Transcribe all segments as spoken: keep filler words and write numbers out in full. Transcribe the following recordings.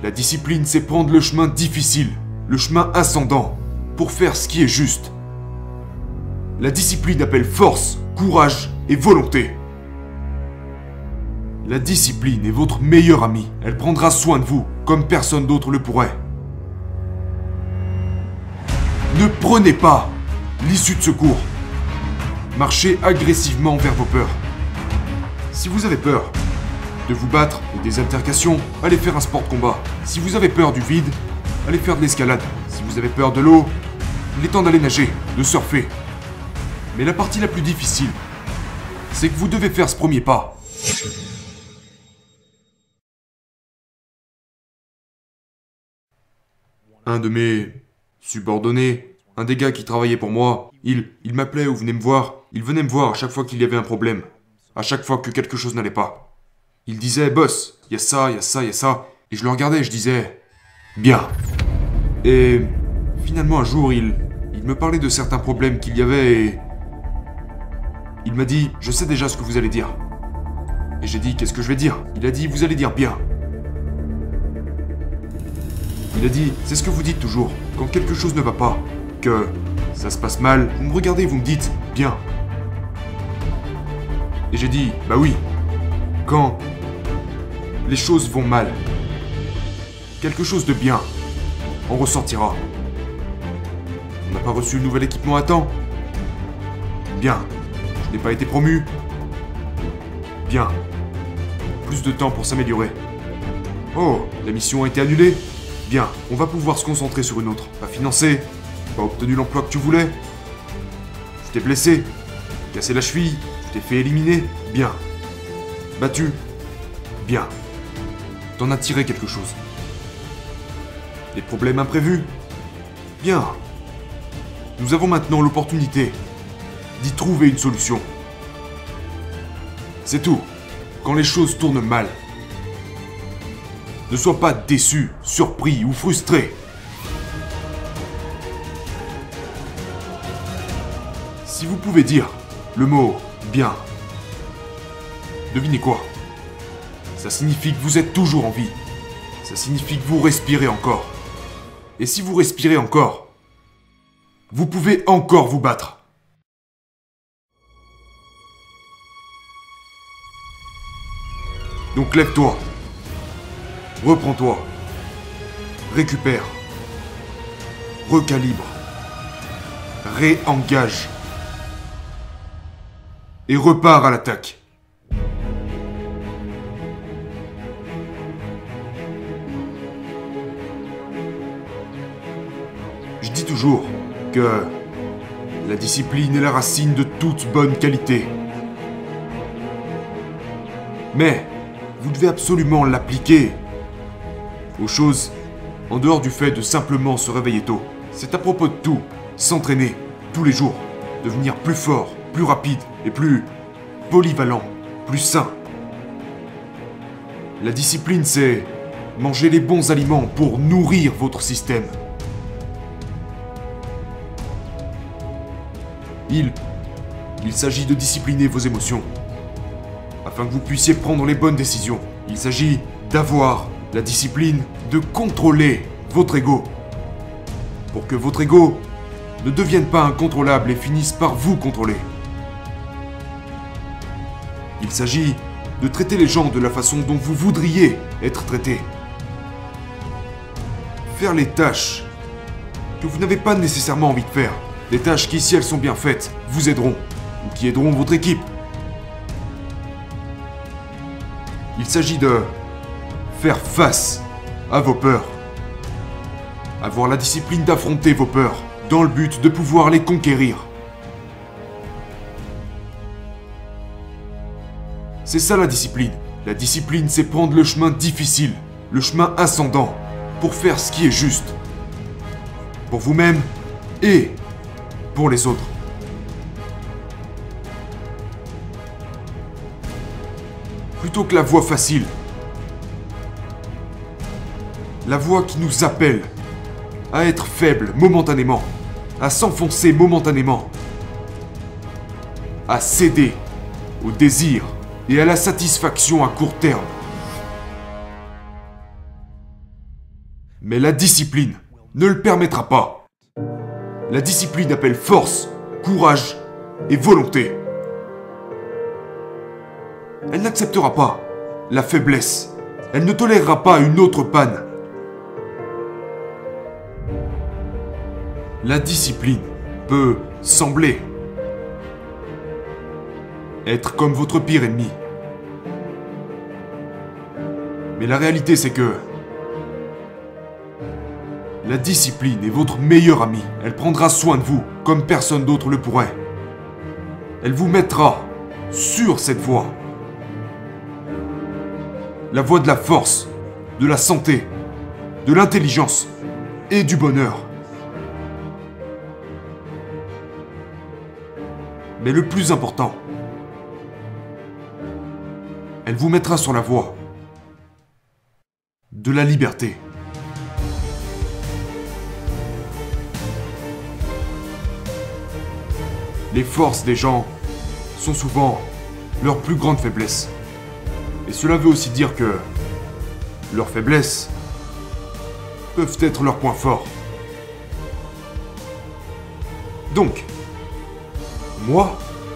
La discipline, c'est prendre le chemin difficile, le chemin ascendant, pour faire ce qui est juste. La discipline appelle force, courage et volonté. La discipline est votre meilleure amie. Elle prendra soin de vous, comme personne d'autre le pourrait. Ne prenez pas l'issue de secours. Marchez agressivement vers vos peurs. Si vous avez peur de vous battre et des altercations, allez faire un sport de combat. Si vous avez peur du vide, allez faire de l'escalade. Si vous avez peur de l'eau, il est temps d'aller nager, de surfer. Mais la partie la plus difficile, c'est que vous devez faire ce premier pas. Un de mes subordonnés, un des gars qui travaillait pour moi, il, il m'appelait ou venait me voir. Il venait me voir à chaque fois qu'il y avait un problème. À chaque fois que quelque chose n'allait pas. Il disait, boss, il y a ça, il y a ça, il y a ça. Et je le regardais et je disais, bien. Et finalement un jour, il, il me parlait de certains problèmes qu'il y avait et... Il m'a dit, je sais déjà ce que vous allez dire. Et j'ai dit, qu'est-ce que je vais dire? Il a dit, vous allez dire bien. Il a dit, c'est ce que vous dites toujours, quand quelque chose ne va pas, que ça se passe mal, vous me regardez et vous me dites, bien. Et j'ai dit, bah oui, quand les choses vont mal, quelque chose de bien en ressortira. On n'a pas reçu le nouvel équipement à temps? Bien. Je n'ai pas été promu? Bien. Plus de temps pour s'améliorer. Oh, la mission a été annulée? Bien, on va pouvoir se concentrer sur une autre. Pas financé, pas obtenu l'emploi que tu voulais. Tu t'es blessé, cassé la cheville, tu t'es fait éliminer? Bien. Battu? Bien. T'en as tiré quelque chose. Des problèmes imprévus? Bien. Nous avons maintenant l'opportunité d'y trouver une solution. C'est tout. Quand les choses tournent mal, ne sois pas déçu, surpris ou frustré. Si vous pouvez dire le mot « bien », devinez quoi? Ça signifie que vous êtes toujours en vie. Ça signifie que vous respirez encore. Et si vous respirez encore, vous pouvez encore vous battre. Donc lève-toi. Reprends-toi. Récupère. Recalibre. Réengage. Et repars à l'attaque. Je dis toujours que la discipline est la racine de toute bonne qualité. Mais vous devez absolument l'appliquer aux choses en dehors du fait de simplement se réveiller tôt. C'est à propos de tout, s'entraîner tous les jours, devenir plus fort, plus rapide et plus polyvalent, plus sain. La discipline, c'est manger les bons aliments pour nourrir votre système. Il, il s'agit de discipliner vos émotions, afin que vous puissiez prendre les bonnes décisions. Il s'agit d'avoir la discipline de contrôler votre ego, pour que votre ego ne devienne pas incontrôlable et finisse par vous contrôler. Il s'agit de traiter les gens de la façon dont vous voudriez être traités. Faire les tâches que vous n'avez pas nécessairement envie de faire. Des tâches qui, si elles sont bien faites, vous aideront, ou qui aideront votre équipe. Il s'agit de faire face à vos peurs. Avoir la discipline d'affronter vos peurs, dans le but de pouvoir les conquérir. C'est ça la discipline. La discipline, c'est prendre le chemin difficile, le chemin ascendant, pour faire ce qui est juste. Pour vous-même et pour les autres. Plutôt que la voie facile. La voie qui nous appelle à être faibles momentanément, à s'enfoncer momentanément, à céder au désir et à la satisfaction à court terme. Mais la discipline ne le permettra pas. La discipline appelle force, courage et volonté. Elle n'acceptera pas la faiblesse. Elle ne tolérera pas une autre panne. La discipline peut sembler être comme votre pire ennemi. Mais la réalité, c'est que la discipline est votre meilleure amie. Elle prendra soin de vous comme personne d'autre le pourrait. Elle vous mettra sur cette voie. La voie de la force, de la santé, de l'intelligence et du bonheur. Mais le plus important, elle vous mettra sur la voie de la liberté. Les forces des gens sont souvent leur plus grande faiblesse. Et cela veut aussi dire que leurs faiblesses peuvent être leurs points forts. Donc, moi,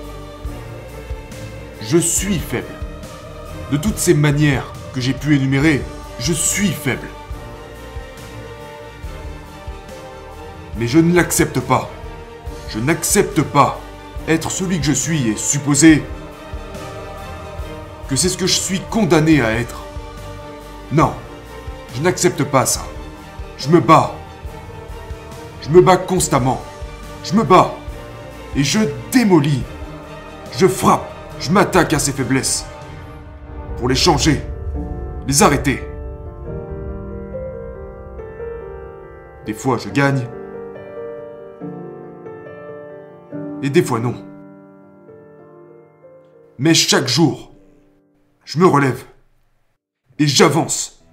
je suis faible. De toutes ces manières que j'ai pu énumérer, je suis faible. Mais je ne l'accepte pas. Je n'accepte pas être celui que je suis et supposer que c'est ce que je suis condamné à être. Non, je n'accepte pas ça. Je me bats. Je me bats constamment. Je me bats. Et je démolis. Je frappe. Je m'attaque à ces faiblesses. Pour les changer. Les arrêter. Des fois, je gagne. Et des fois, non. Mais chaque jour, je me relève. Et j'avance.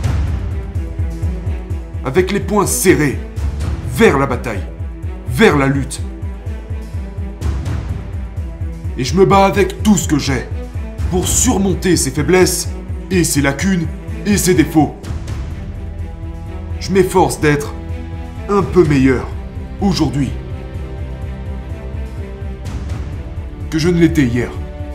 Avec les poings serrés. Vers la bataille. Vers la lutte. Et je me bats avec tout ce que j'ai. Pour surmonter ces faiblesses. Et ces lacunes. Et ces défauts. Je m'efforce d'être un peu meilleur. Aujourd'hui. Que je ne l'étais hier.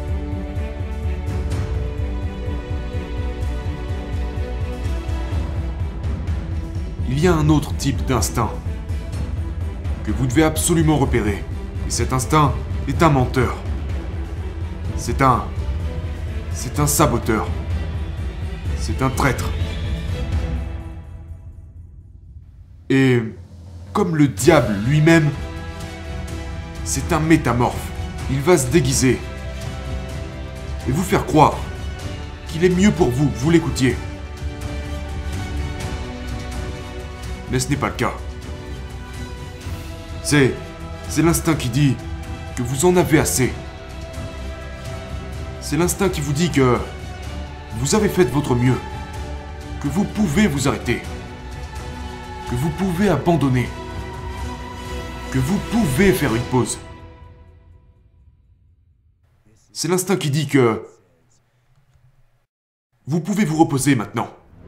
Il y a un autre type d'instinct que vous devez absolument repérer. Et cet instinct est un menteur. C'est un... C'est un saboteur. C'est un traître. Et comme le diable lui-même, c'est un métamorphe. Il va se déguiser et vous faire croire qu'il est mieux pour vous que vous l'écoutiez. Mais ce n'est pas le cas. C'est... c'est l'instinct qui dit que vous en avez assez. C'est l'instinct qui vous dit que vous avez fait de votre mieux, que vous pouvez vous arrêter, que vous pouvez abandonner, que vous pouvez faire une pause. C'est l'instinct qui dit que vous pouvez vous reposer maintenant.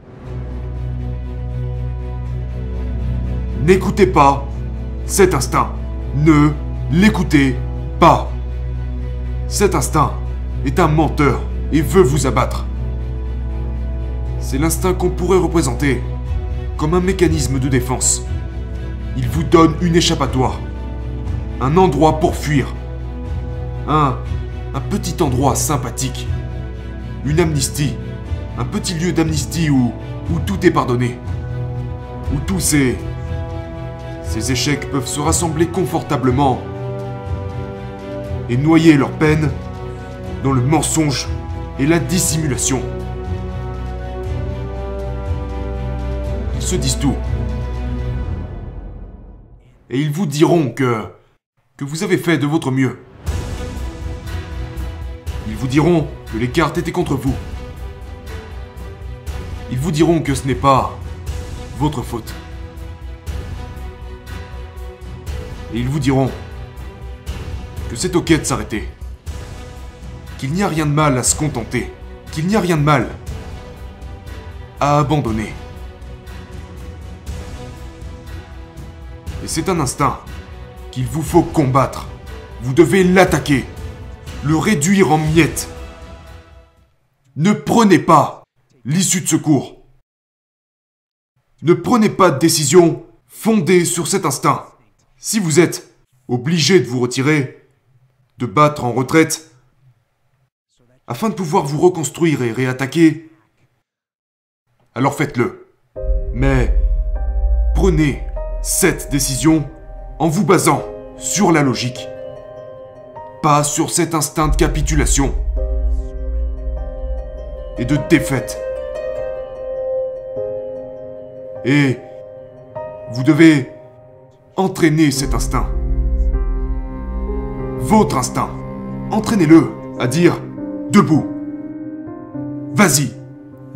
N'écoutez pas cet instinct. Ne l'écoutez pas. Cet instinct est un menteur et veut vous abattre. C'est l'instinct qu'on pourrait représenter comme un mécanisme de défense. Il vous donne une échappatoire, un endroit pour fuir, un... Un petit endroit sympathique. Une amnistie. Un petit lieu d'amnistie où, où tout est pardonné. Où tous ces... Ces échecs peuvent se rassembler confortablement et noyer leur peine dans le mensonge et la dissimulation. Ils se disent tout. Et ils vous diront que... que vous avez fait de votre mieux. Ils vous diront que les cartes étaient contre vous. Ils vous diront que ce n'est pas votre faute. Et ils vous diront que c'est ok de s'arrêter. Qu'il n'y a rien de mal à se contenter. Qu'il n'y a rien de mal à abandonner. Et c'est un instinct qu'il vous faut combattre. Vous devez l'attaquer, le réduire en miettes. Ne prenez pas l'issue de secours. Ne prenez pas de décision fondée sur cet instinct. Si vous êtes obligé de vous retirer, de battre en retraite, afin de pouvoir vous reconstruire et réattaquer, alors faites-le. Mais prenez cette décision en vous basant sur la logique, pas sur cet instinct de capitulation et de défaite. Et vous devez entraîner cet instinct. Votre instinct. Entraînez-le à dire « Debout !»« Vas-y, bats-toi !»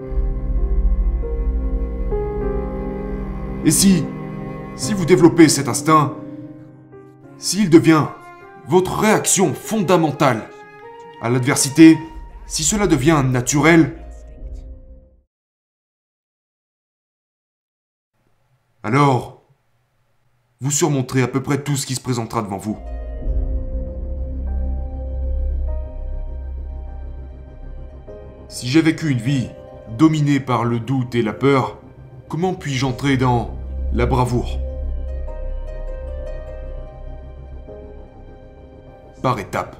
Et si, si vous développez cet instinct, s'il devient votre réaction fondamentale à l'adversité, si cela devient naturel, alors vous surmonterez à peu près tout ce qui se présentera devant vous. Si j'ai vécu une vie dominée par le doute et la peur, comment puis-je entrer dans la bravoure? Par étapes.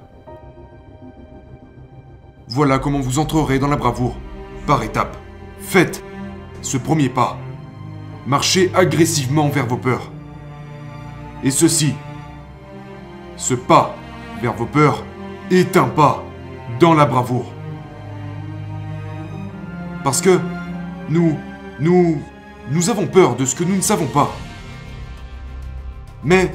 Voilà comment vous entrerez dans la bravoure. Par étapes. Faites ce premier pas. Marchez agressivement vers vos peurs. Et ceci, ce pas vers vos peurs, est un pas dans la bravoure. Parce que nous, nous, nous avons peur de ce que nous ne savons pas. Mais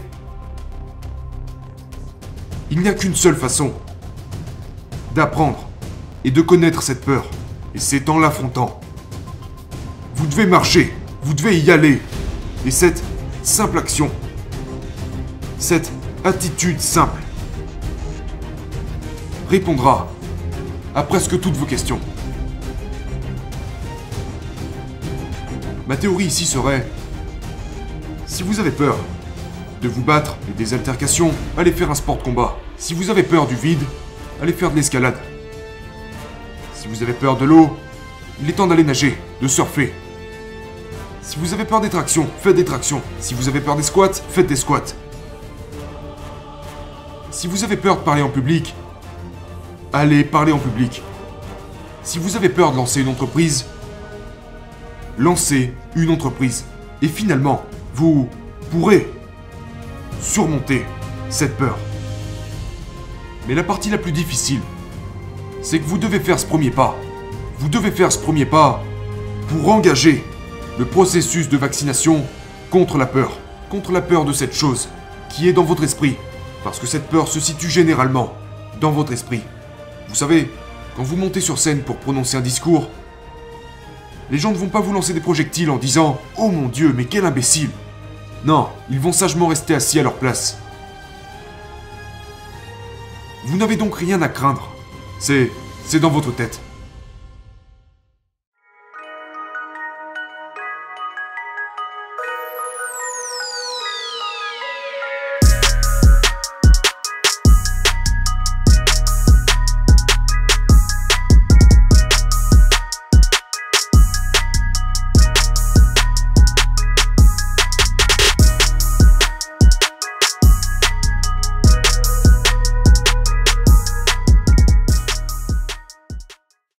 il n'y a qu'une seule façon d'apprendre et de connaître cette peur. Et c'est en l'affrontant. Vous devez marcher, vous devez y aller. Et cette simple action, cette attitude simple, répondra à presque toutes vos questions. Ma théorie ici serait, si vous avez peur de vous battre et des altercations, allez faire un sport de combat. Si vous avez peur du vide, allez faire de l'escalade. Si vous avez peur de l'eau, il est temps d'aller nager, de surfer. Si vous avez peur des tractions, faites des tractions. Si vous avez peur des squats, faites des squats. Si vous avez peur de parler en public, allez parler en public. Si vous avez peur de lancer une entreprise, lancez une entreprise. Et finalement, vous pourrez surmonter cette peur. Mais la partie la plus difficile, c'est que vous devez faire ce premier pas. Vous devez faire ce premier pas pour engager le processus de vaccination contre la peur. Contre la peur de cette chose qui est dans votre esprit. Parce que cette peur se situe généralement dans votre esprit. Vous savez, quand vous montez sur scène pour prononcer un discours, les gens ne vont pas vous lancer des projectiles en disant « Oh mon Dieu, mais quel imbécile !» Non, ils vont sagement rester assis à leur place. Vous n'avez donc rien à craindre. C'est... c'est dans votre tête.